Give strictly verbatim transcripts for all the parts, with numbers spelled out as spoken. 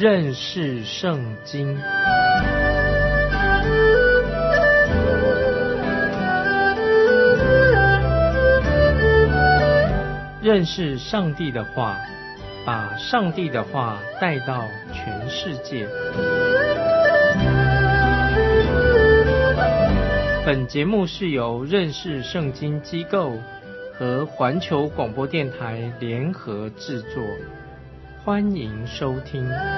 认识圣经。认识上帝的话，把上帝的话带到全世界。本节目是由认识圣经机构和环球广播电台联合制作，欢迎收听。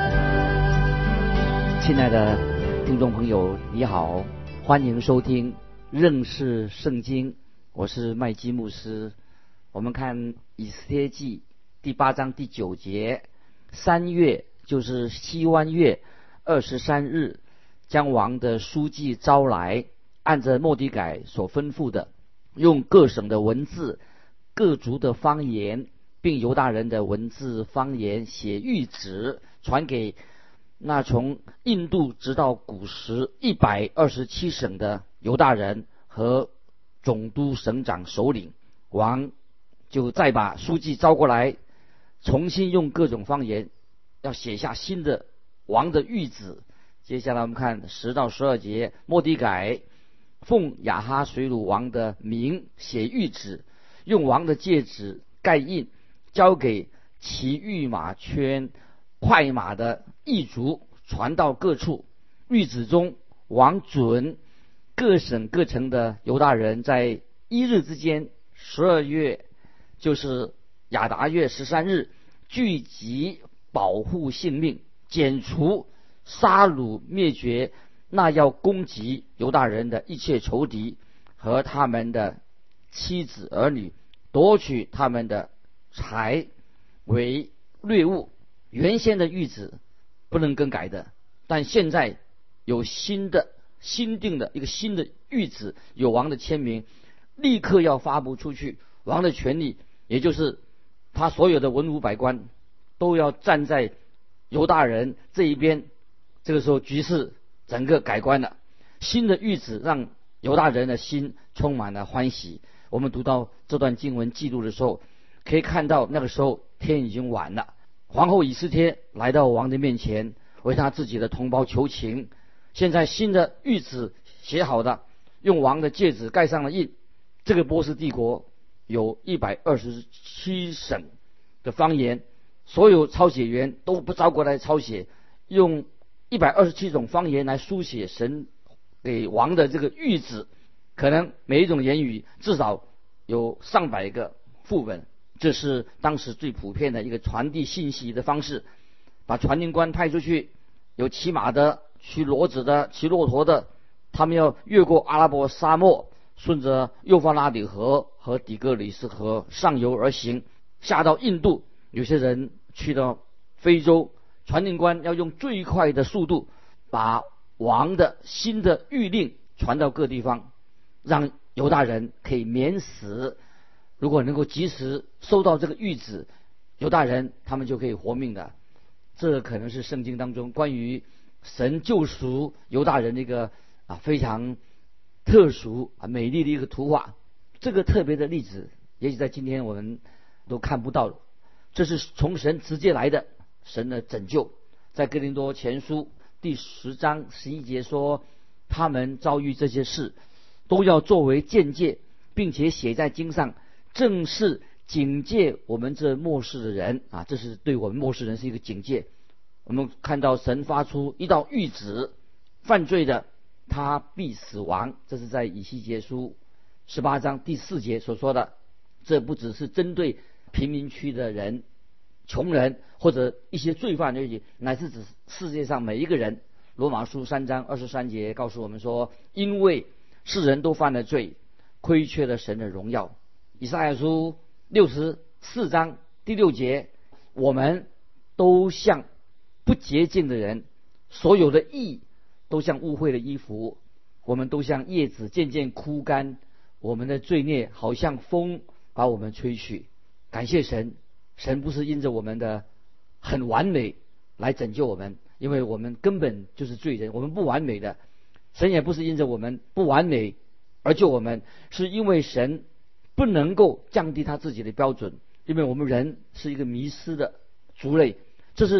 亲爱的听众朋友，你好，欢迎收听认识圣经，我是麦基牧师。我们看以斯帖记第八章第九节，三月就是西湾月二十三日，将王的书记招来，按着末底改所吩咐的，用各省的文字、各族的方言，并犹大人的文字方言写谕旨，传给那从印度直到古时一百二十七省的犹大人和总督省长首领。王就再把书记招过来，重新用各种方言要写下新的王的谕旨。接下来我们看十到十二节，末底改奉亚哈随鲁王的名写谕旨，用王的戒指盖印，交给骑御马圈快马的异族，传到各处。谕旨中，王准各省各城的犹大人在一日之间，十二月就是亚达月十三日，聚集保护性命，剪除杀戮灭绝那要攻击犹大人的一切仇敌和他们的妻子儿女，夺取他们的财为掠物。原先的谕旨不能更改的，但现在有新的新定的一个新的谕旨，有王的签名，立刻要发布出去。王的权力，也就是他所有的文武百官都要站在犹大人这一边。这个时候局势整个改观了，新的谕旨让犹大人的心充满了欢喜。我们读到这段经文记录的时候，可以看到那个时候天已经晚了。皇后以斯帖来到王的面前，为他自己的同胞求情。现在新的谕旨写好的，用王的戒指盖上了印。这个波斯帝国有一百二十七省的方言，所有抄写员都不招过来抄写，用一百二十七种方言来书写神给王的这个谕旨，可能每一种言语至少有上百个副本。这是当时最普遍的一个传递信息的方式。把传令官派出去，有骑马的、骑骡子的、骑骆驼的，他们要越过阿拉伯沙漠，顺着幼发拉底河和底格里斯河上游而行，下到印度。有些人去到非洲，传令官要用最快的速度把王的新的谕令传到各地方，让犹大人可以免死。如果能够及时收到这个谕旨，犹大人他们就可以活命的。这可能是圣经当中关于神救赎犹大人的一个啊非常特殊啊美丽的一个图画。这个特别的例子也许在今天我们都看不到了，这是从神直接来的，神的拯救。在哥林多前书第十章十一节说，他们遭遇这些事都要作为鉴戒，并且写在经上，正是警戒我们这末世的人啊，这是对我们末世人是一个警戒。我们看到神发出一道谕旨，犯罪的他必死亡，这是在以西结书十八章第四节所说的。这不只是针对贫民区的人、穷人或者一些罪犯而已，乃是指世界上每一个人。罗马书三章二十三节告诉我们说，因为世人都犯了罪，亏缺了神的荣耀。以赛亚书六十四章第六节，我们都像不洁净的人，所有的义都像污秽的衣服，我们都像叶子渐渐枯干，我们的罪孽好像风把我们吹去。感谢神，神不是因着我们的很完美来拯救我们，因为我们根本就是罪人，我们不完美的。神也不是因着我们不完美而救我们，是因为神不能够降低他自己的标准，因为我们人是一个迷失的族类。这是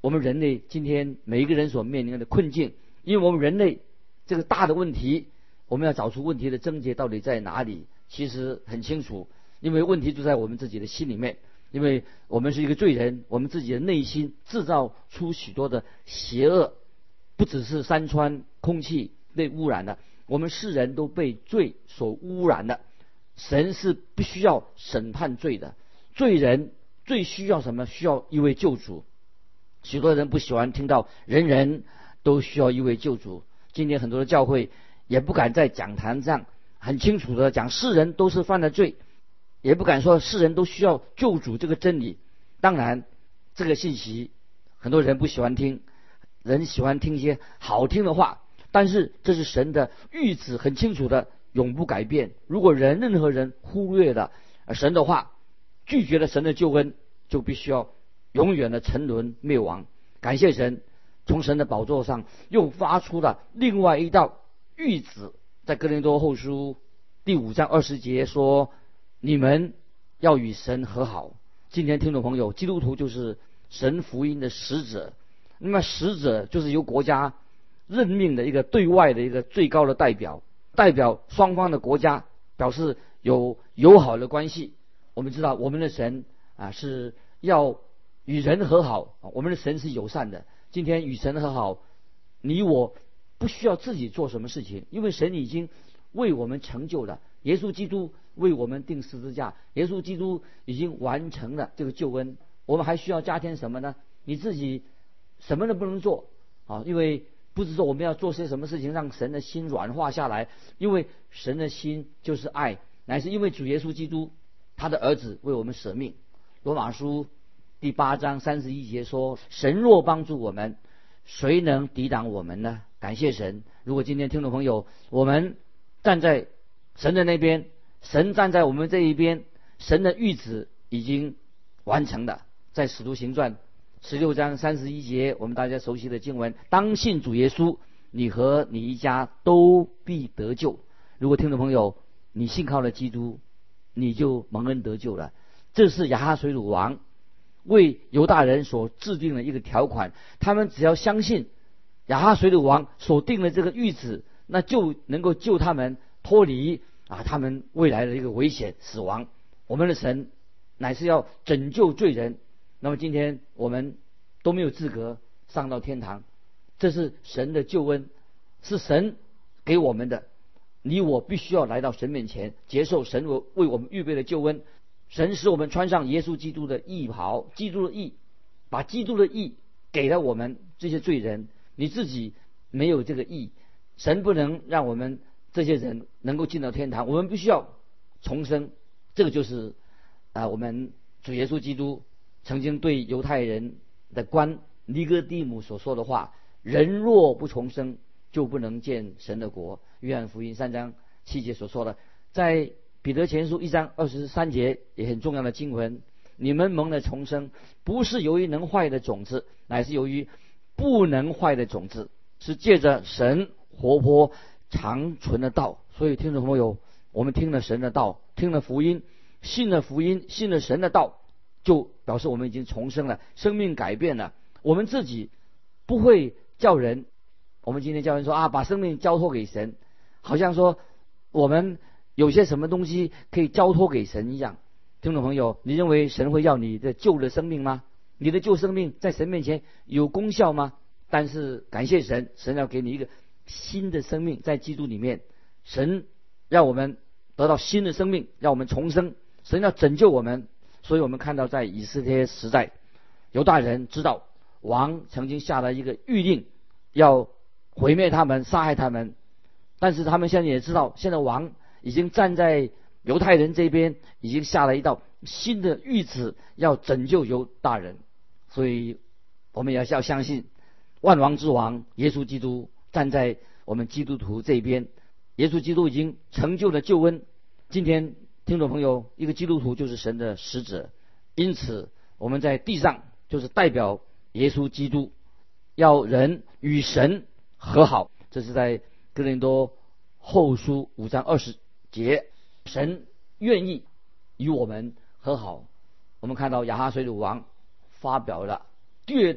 我们人类今天每一个人所面临的困境，因为我们人类这个大的问题，我们要找出问题的症结到底在哪里，其实很清楚，因为问题就在我们自己的心里面。因为我们是一个罪人，我们自己的内心制造出许多的邪恶，不只是山川空气被污染了，我们世人都被罪所污染了。神是必须要审判罪的，罪人最需要什么？需要一位救主。许多人不喜欢听到人人都需要一位救主。今天很多的教会也不敢在讲坛上很清楚的讲世人都是犯了罪，也不敢说世人都需要救主这个真理。当然这个信息很多人不喜欢听，人喜欢听一些好听的话，但是这是神的谕旨，很清楚的永不改变。如果人任何人忽略了神的话，拒绝了神的救恩，就必须要永远的沉沦灭亡。感谢神，从神的宝座上又发出了另外一道谕旨，在哥林多后书第五章二十节说，你们要与神和好。今天听众朋友，基督徒就是神福音的使者，那么使者就是由国家任命的一个对外的一个最高的代表，代表双方的国家，表示有友好的关系。我们知道我们的神啊是要与人和好，我们的神是友善的。今天与神和好，你我不需要自己做什么事情，因为神已经为我们成就了。耶稣基督为我们钉十字架，耶稣基督已经完成了这个救恩。我们还需要加添什么呢？你自己什么都不能做啊，因为不是说我们要做些什么事情让神的心软化下来，因为神的心就是爱，乃是因为主耶稣基督他的儿子为我们舍命。罗马书第八章三十一节说，神若帮助我们，谁能抵挡我们呢？感谢神。如果今天听众朋友，我们站在神的那边，神站在我们这一边，神的谕旨已经完成了。在使徒行传十六章三十一节，我们大家熟悉的经文，当信主耶稣，你和你一家都必得救。如果听众朋友你信靠了基督，你就蒙恩得救了。这是亚哈随鲁王为犹大人所制定的一个条款，他们只要相信亚哈随鲁王所定的这个谕旨，那就能够救他们脱离啊他们未来的一个危险死亡。我们的神乃是要拯救罪人，那么今天我们都没有资格上到天堂，这是神的救恩，是神给我们的。你我必须要来到神面前，接受神为我们预备的救恩。神使我们穿上耶稣基督的义袍，基督的义，把基督的义给了我们这些罪人。你自己没有这个义，神不能让我们这些人能够进到天堂，我们必须要重生。这个就是啊、呃，我们主耶稣基督曾经对犹太人的官尼哥底母所说的话：人若不重生，就不能见神的国。约翰福音三章七节所说的，在彼得前书一章二十三节也很重要的经文：你们蒙了重生，不是由于能坏的种子，乃是由于不能坏的种子，是借着神活泼长存的道。所以听众朋友，我们听了神的道，听了福音，信了福音，信了神的道，就表示我们已经重生了，生命改变了。我们自己不会叫人，我们今天叫人说啊，把生命交托给神，好像说我们有些什么东西可以交托给神一样。听众朋友，你认为神会要你的旧的生命吗？你的旧生命在神面前有功效吗？但是感谢神，神要给你一个新的生命，在基督里面，神让我们得到新的生命，让我们重生，神要拯救我们。所以我们看到在以斯帖时代，犹大人知道王曾经下了一个谕令，要毁灭他们，杀害他们，但是他们现在也知道，现在王已经站在犹太人这边，已经下了一道新的谕旨，要拯救犹大人。所以我们也要相信万王之王耶稣基督站在我们基督徒这边，耶稣基督已经成就了救恩。今天听众朋友，一个基督徒就是神的使者，因此我们在地上就是代表耶稣基督，要人与神和好。这是在哥林多后书五章二十节，神愿意与我们和好。我们看到亚哈随鲁王发表了掠盗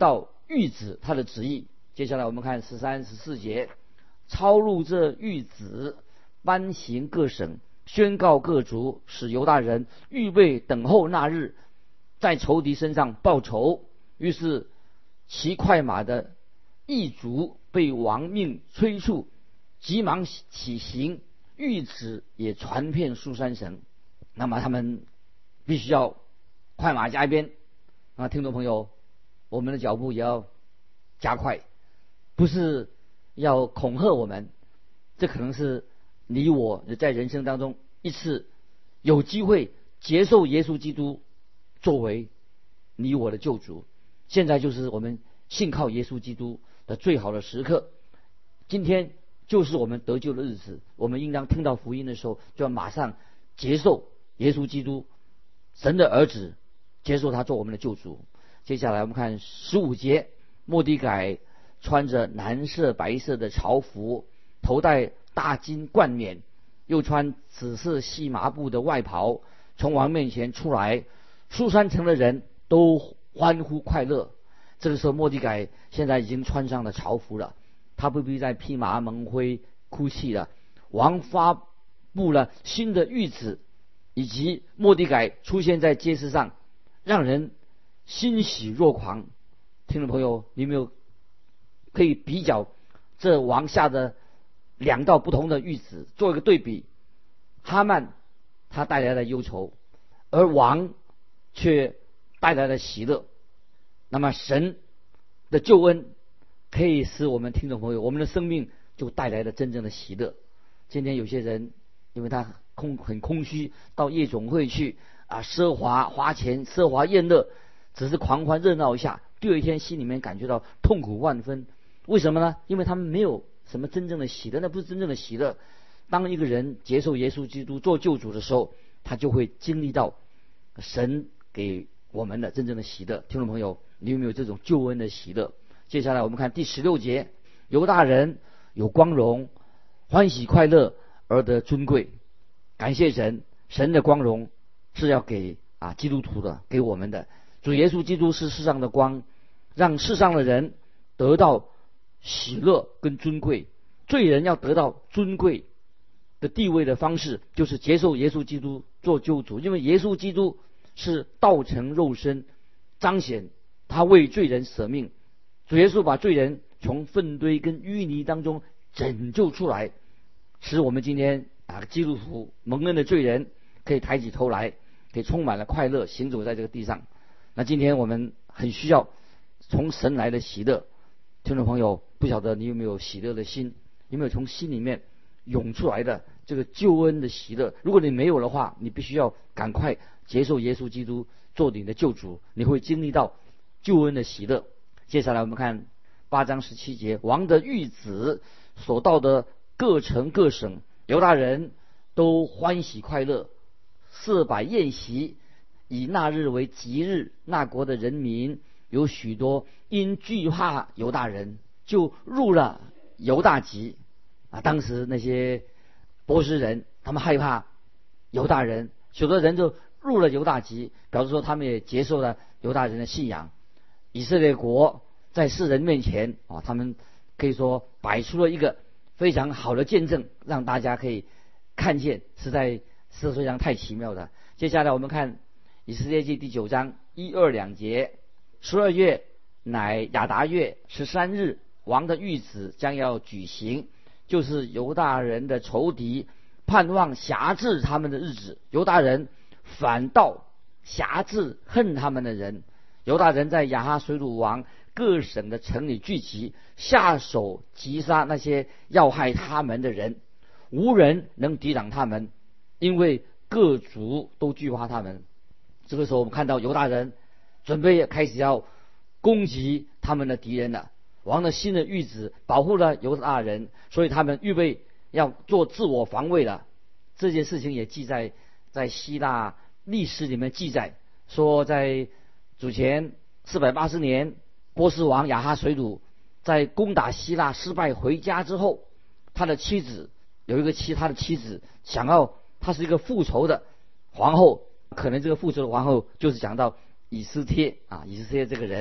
谕旨他的旨意。接下来我们看十三、十四节，抄录这谕旨，颁行各省，宣告各族，使犹大人预备等候那日，在仇敌身上报仇。于是骑快马的异族被王命催促，急忙起行，谕旨也传遍书珊省。那么他们必须要快马加鞭啊！听众朋友，我们的脚步也要加快，不是要恐吓我们。这可能是你我在人生当中一次有机会接受耶稣基督作为你我的救主。现在就是我们信靠耶稣基督的最好的时刻，今天就是我们得救的日子。我们应当听到福音的时候，就要马上接受耶稣基督，神的儿子，接受他做我们的救主。接下来我们看十五节，末底改穿着蓝色白色的朝服，头戴大金冠冕，又穿紫色细麻布的外袍，从王面前出来。书珊城的人都欢呼快乐。这个时候末底改现在已经穿上了朝服了，他不必再披麻蒙灰哭泣了。王发布了新的谕旨，以及末底改出现在街市上，让人欣喜若狂。听众朋友，你有没有可以比较这王下的两道不同的谕旨，做一个对比？哈曼他带来了忧愁，而王却带来了喜乐。那么神的救恩可以使我们听众朋友，我们的生命就带来了真正的喜乐。今天有些人因为他空很空虚，到夜总会去啊，奢华花钱，奢华宴乐，只是狂欢热闹一下，第二天心里面感觉到痛苦万分。为什么呢？因为他们没有什么真正的喜乐，那不是真正的喜乐。当一个人接受耶稣基督做救主的时候，他就会经历到神给我们的真正的喜乐。听众朋友，你有没有这种救恩的喜乐？接下来我们看第十六节，犹大人有光荣，欢喜快乐而得尊贵。感谢神，神的光荣是要给啊基督徒的，给我们的。主耶稣基督是世上的光，让世上的人得到喜乐跟尊贵。罪人要得到尊贵的地位的方式，就是接受耶稣基督做救主，因为耶稣基督是道成肉身，彰显他为罪人舍命。主耶稣把罪人从粪堆跟淤泥当中拯救出来，使我们今天啊基督徒蒙恩的罪人可以抬起头来，可以充满了快乐，行走在这个地上。那今天我们很需要从神来的喜乐。听众朋友，不晓得你有没有喜乐的心，有没有从心里面涌出来的这个救恩的喜乐？如果你没有的话，你必须要赶快接受耶稣基督做你的救主，你会经历到救恩的喜乐。接下来我们看八章十七节，王的谕旨所到的各城各省，犹大人都欢喜快乐，设摆宴席，以那日为吉日。那国的人民有许多因惧怕犹大人，就入了犹大籍啊。当时那些波斯人他们害怕犹大人，许多人就入了犹大籍，表示说他们也接受了犹大人的信仰。以色列国在世人面前啊，他们可以说摆出了一个非常好的见证，让大家可以看见，实在是非常太奇妙的。接下来我们看以斯帖记第九章一二两节，十二月乃亚达月十三日，王的谕旨将要举行，就是犹大人的仇敌盼望辖制他们的日子，犹大人反倒辖制恨他们的人。犹大人在亚哈水鲁王各省的城里聚集，下手击杀那些要害他们的人，无人能抵挡他们，因为各族都惧怕他们。这个时候我们看到犹大人准备开始要攻击他们的敌人了。王的新的谕旨保护了犹大人，所以他们预备要做自我防卫了。这件事情也记载在希腊历史里面记载，说在主前四百八十年，波斯王亚哈水鲁在攻打希腊失败回家之后，他的妻子有一个妻，他的妻子想要，他是一个复仇的皇后，可能这个复仇的皇后就是讲到以斯帖啊，以斯帖这个人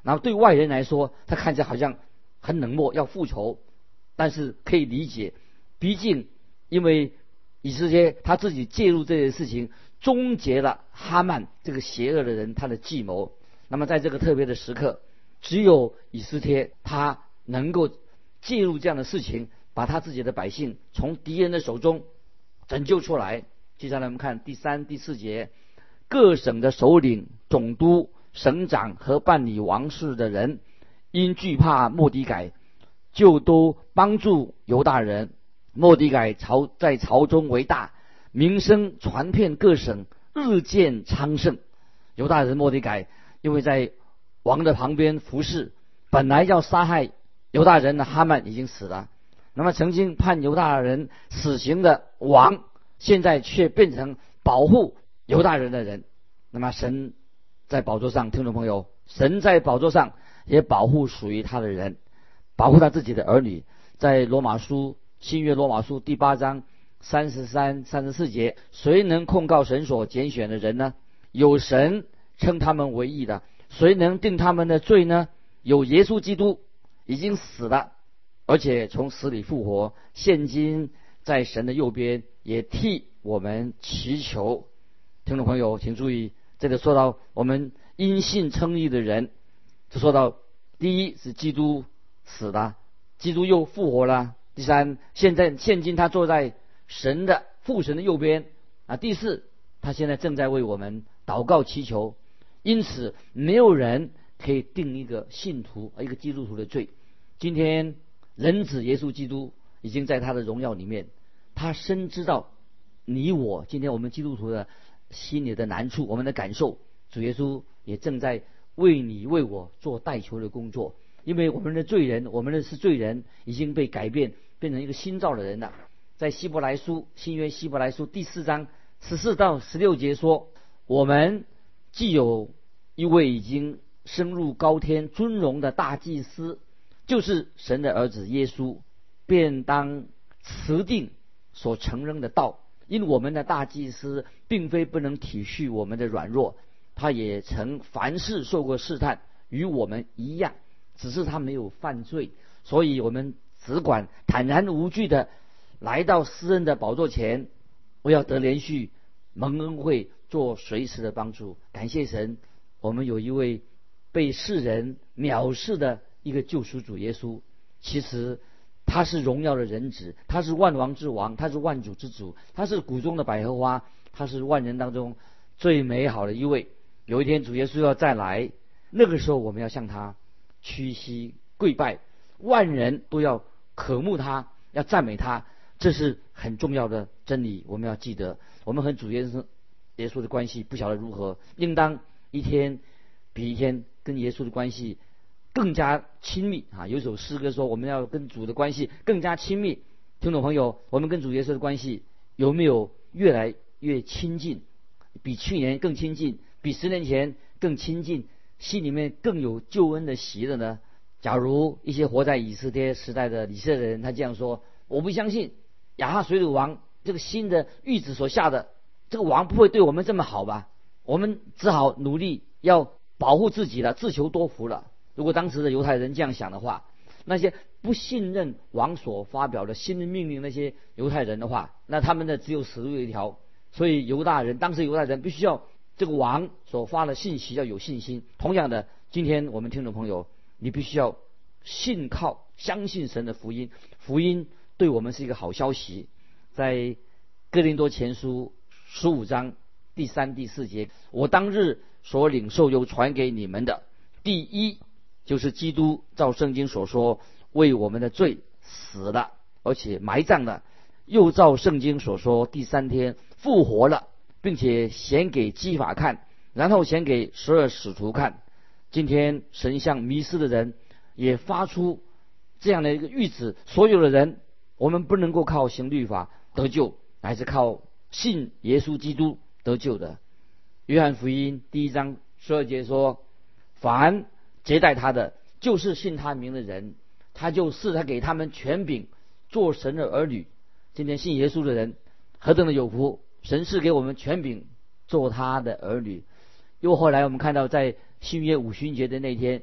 然后对外人来说，他看起来好像很冷漠，要复仇，但是可以理解，毕竟因为以斯帖他自己介入这件事情，终结了哈曼这个邪恶的人他的计谋。那么在这个特别的时刻，只有以斯帖他能够介入这样的事情，把他自己的百姓从敌人的手中拯救出来。接下来我们看第三、第四节，各省的首领、总督、省长和办理王事的人，因惧怕末底改，就都帮助犹大人。末底改朝在朝中为大，名声传遍各省，日渐昌盛。犹大人末底改因为在王的旁边服侍，本来要杀害犹大人的哈曼已经死了，那么曾经判犹大人死刑的王，现在却变成保护犹大人的人。那么神在宝座上，听众朋友，神在宝座上也保护属于他的人，保护他自己的儿女。在罗马书新约罗马书第八章三十三、三十四节，谁能控告神所拣选的人呢？有神称他们为义的，谁能定他们的罪呢？有耶稣基督已经死了，而且从死里复活，现今在神的右边，也替我们祈求。听众朋友请注意，这里说到我们因信称义的人，就说到第一是基督死了，基督又复活了。第三，现在现今他坐在神的父神的右边啊。第四，他现在正在为我们祷告祈求。因此没有人可以定一个信徒一个基督徒的罪。今天人子耶稣基督已经在他的荣耀里面，他深知道你我今天我们基督徒的心里的难处，我们的感受。主耶稣也正在为你为我做代求的工作，因为我们的罪人，我们的是罪人，已经被改变，变成一个新造的人了。在希伯来书新约希伯来书第四章十四到十六节说，我们既有一位已经升入高天尊荣的大祭司，就是神的儿子耶稣，便当持定所承认的道。因我们的大祭司并非不能体恤我们的软弱，他也曾凡事受过试探，与我们一样，只是他没有犯罪。所以我们只管坦然无惧的来到施恩的宝座前，我要得连续蒙恩惠，做随时的帮助。感谢神，我们有一位被世人藐视的一个救赎主耶稣。其实他是荣耀的人子，他是万王之王，他是万主之主，他是谷中的百合花，他是万人当中最美好的一位。有一天主耶稣要再来，那个时候我们要向他屈膝跪拜，万人都要渴慕他，要赞美他，这是很重要的真理，我们要记得。我们和主耶稣耶稣的关系不晓得如何，应当一天比一天跟耶稣的关系更加亲密啊！有首诗歌说我们要跟主的关系更加亲密。听众朋友，我们跟主耶稣的关系有没有越来越亲近？比去年更亲近，比十年前更亲近，心里面更有救恩的喜乐呢？假如一些活在以斯帖时代的以色列人，他这样说：我不相信亚哈随鲁王这个新的谕旨所下的这个王不会对我们这么好吧？我们只好努力要保护自己了，自求多福了。如果当时的犹太人这样想的话，那些不信任王所发表的新的命令那些犹太人的话，那他们的只有死路一条。所以犹大人，当时犹大人必须要这个王所发的信息要有信心。同样的，今天我们听众朋友，你必须要信靠相信神的福音，福音对我们是一个好消息。在哥林多前书十五章第三第四节，我当日所领受又传给你们的，第一就是基督照圣经所说为我们的罪死了，而且埋葬了，又照圣经所说第三天复活了，并且显给基法看，然后显给十二使徒看。今天神向迷失的人也发出这样的一个谕旨，所有的人，我们不能够靠行律法得救，乃是靠信耶稣基督得救的。约翰福音第一章十二节说，凡接待他的，就是信他名的人，他就是他给他们权柄做神的儿女。今天信耶稣的人何等的有福，神是给我们权柄做他的儿女。又后来我们看到在新约五旬节的那天，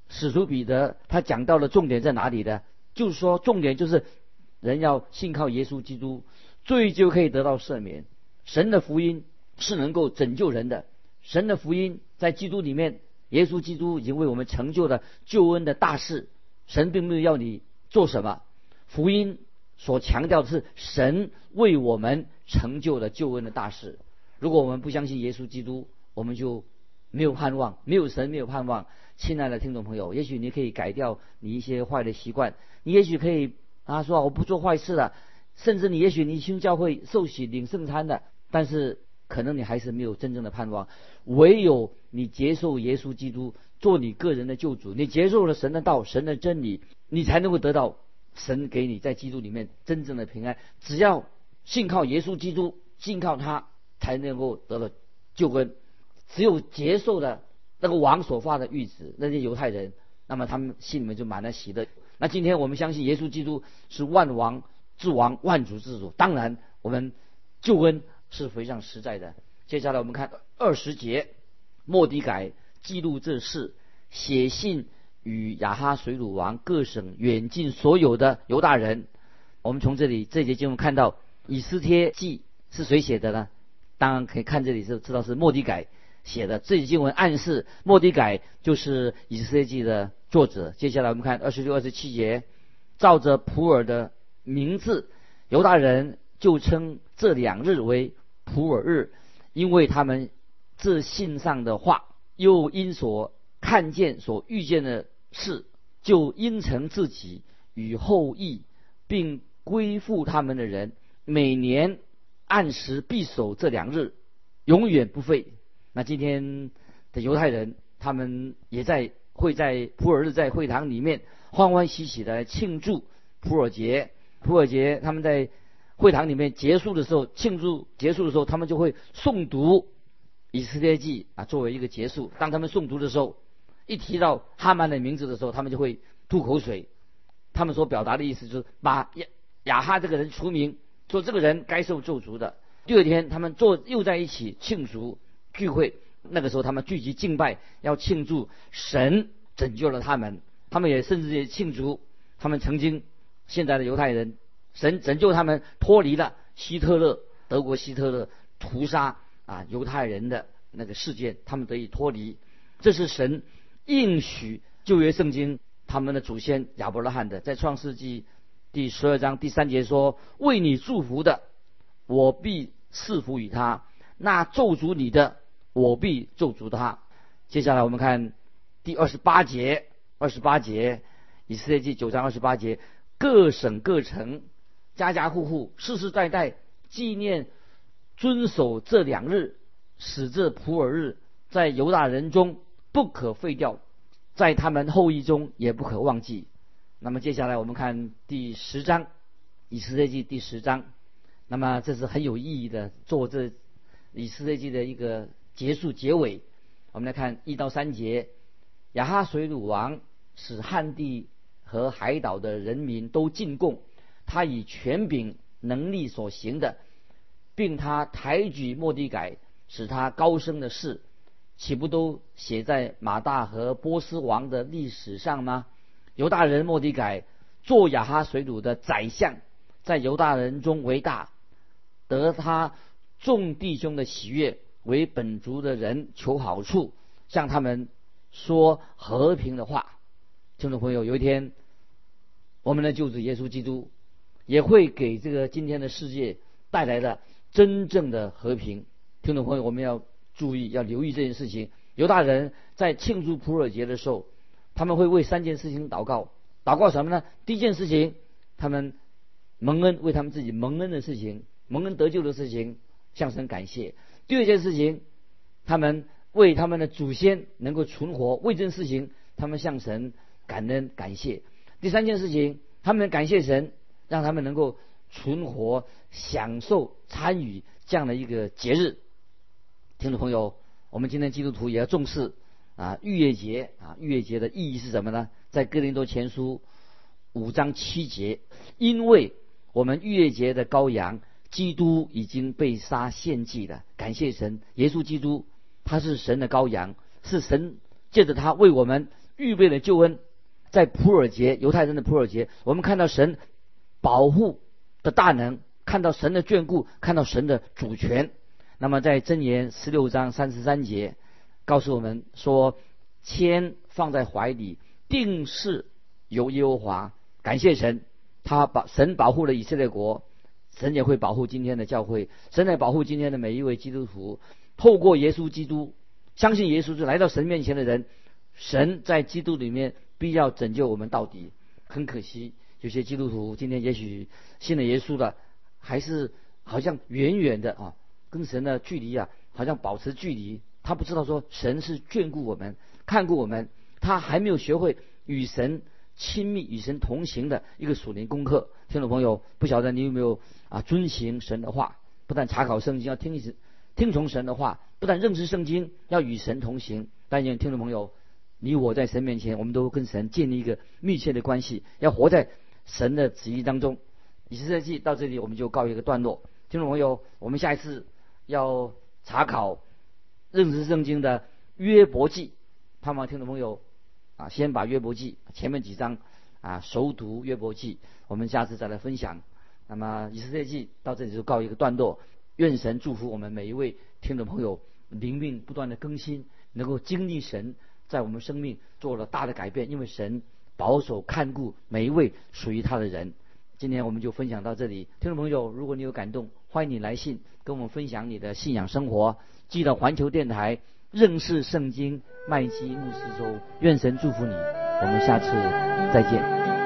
使徒彼得他讲到的重点在哪里呢？就是说重点就是人要信靠耶稣基督，罪就可以得到赦免。神的福音是能够拯救人的，神的福音在基督里面，耶稣基督已经为我们成就了救恩的大事。神并没有要你做什么，福音所强调的是神为我们成就了救恩的大事。如果我们不相信耶稣基督，我们就没有盼望，没有神，没有盼望。亲爱的听众朋友，也许你可以改掉你一些坏的习惯，你也许可以啊说我不做坏事了，甚至你也许你去教会受洗领圣餐的，但是可能你还是没有真正的盼望。唯有你接受耶稣基督做你个人的救主，你接受了神的道，神的真理，你才能够得到神给你在基督里面真正的平安。只要信靠耶稣基督，信靠他，才能够得到救恩。只有接受了那个王所发的谕旨，那些犹太人，那么他们心里面就满了喜乐。那今天我们相信耶稣基督是万王之王，万主之主，当然我们救恩是非常实在的。接下来我们看二十节，末底改记录这事，写信与亚哈水鲁王各省远近所有的犹大人。我们从这里这节经文看到以斯帖记是谁写的呢？当然可以看这里就知道是末底改写的。这节经文暗示末底改就是以斯帖记的作者。接下来我们看二十六、二十七节，照着普尔的名字，犹大人就称这两日为普尔日，因为他们这信上的话，又因所看见所遇见的事，就应承自己与后裔，并归附他们的人，每年按时必守这两日，永远不废。那今天的犹太人，他们也在会在普尔日在会堂里面欢欢喜喜的庆祝普尔节。普尔节他们在会堂里面结束的时候，庆祝结束的时候，他们就会诵读以斯帖记啊，作为一个结束。当他们诵读的时候，一提到哈曼的名字的时候，他们就会吐口水。他们所表达的意思就是把亚亚哈这个人除名，说这个人该受咒诅的。第二天他们坐又在一起庆祝聚会，那个时候他们聚集敬拜，要庆祝神拯救了他们。他们也甚至也庆祝他们曾经现在的犹太人，神拯救他们脱离了希特勒德国希特勒屠杀啊犹太人的那个事件，他们得以脱离。这是神应许旧约圣经他们的祖先亚伯拉罕的，在创世纪第十二章第三节说，为你祝福的，我必赐福于他；那咒诅你的，我必咒诅他。接下来我们看第二十八节，二十八节，以斯帖记九章二十八节，各省各城，家家户户，世世代代纪念遵守这两日，使这普尔日在犹大人中不可废掉，在他们后裔中也不可忘记。那么接下来我们看第十章，以斯帖记第十章。那么这是很有意义的，做这以斯帖记的一个结束结尾。我们来看一到三节，亚哈水鲁王使汉地和海岛的人民都进贡，他以权柄能力所行的，并他抬举末底改使他高升的事，岂不都写在马大和波斯王的历史上吗？犹大人末底改做亚哈水鲁的宰相，在犹大人中为大，得他众弟兄的喜悦，为本族的人求好处，向他们说和平的话。听众朋友，有一天我们的救主耶稣基督也会给这个今天的世界带来了真正的和平。听众朋友，我们要注意，要留意这件事情。犹大人在庆祝普尔节的时候，他们会为三件事情祷告。祷告什么呢？第一件事情，他们蒙恩，为他们自己蒙恩的事情，蒙恩得救的事情向神感谢。第二件事情，他们为他们的祖先能够存活，为这件事情他们向神感恩感谢。第三件事情，他们感谢神，让他们能够存活，享受参与这样的一个节日。听众朋友，我们今天基督徒也要重视啊逾越节啊逾越节的意义是什么呢？在哥林多前书五章七节，因为我们逾越节的羔羊基督已经被杀献祭了。感谢神，耶稣基督他是神的羔羊，是神借着他为我们预备的救恩。在普尔节，犹太人的普尔节，我们看到神保护的大能，看到神的眷顾，看到神的主权。那么在箴言十六章三十三节告诉我们说，签放在怀里，定是由耶和华。感谢神，他把神保护了以色列国，神也会保护今天的教会，神也保护今天的每一位基督徒。透过耶稣基督，相信耶稣是来到神面前的人，神在基督里面必要拯救我们到底。很可惜，有些基督徒今天也许信了耶稣了，还是好像远远的啊，跟神的距离啊，好像保持距离。他不知道说神是眷顾我们，看顾我们，他还没有学会与神亲密、与神同行的一个属灵功课。听众朋友，不晓得你有没有啊遵行神的话？不但查考圣经，要听听从神的话；不但认识圣经，要与神同行。但愿听众朋友，你我在神面前，我们都跟神建立一个密切的关系，要活在神的旨意当中。以斯帖记到这里我们就告一个段落。听众朋友，我们下一次要查考认识圣经的约伯记，盼望听众朋友啊，先把约伯记前面几章啊熟读约伯记，我们下次再来分享。那么以斯帖记到这里就告一个段落。愿神祝福我们每一位听众朋友，灵命不断的更新，能够经历神在我们生命做了大的改变，因为神保守看顾每一位属于他的人。今天我们就分享到这里。听众朋友，如果你有感动，欢迎你来信跟我们分享你的信仰生活，寄到环球电台认识圣经麦基牧师收。愿神祝福你，我们下次再见。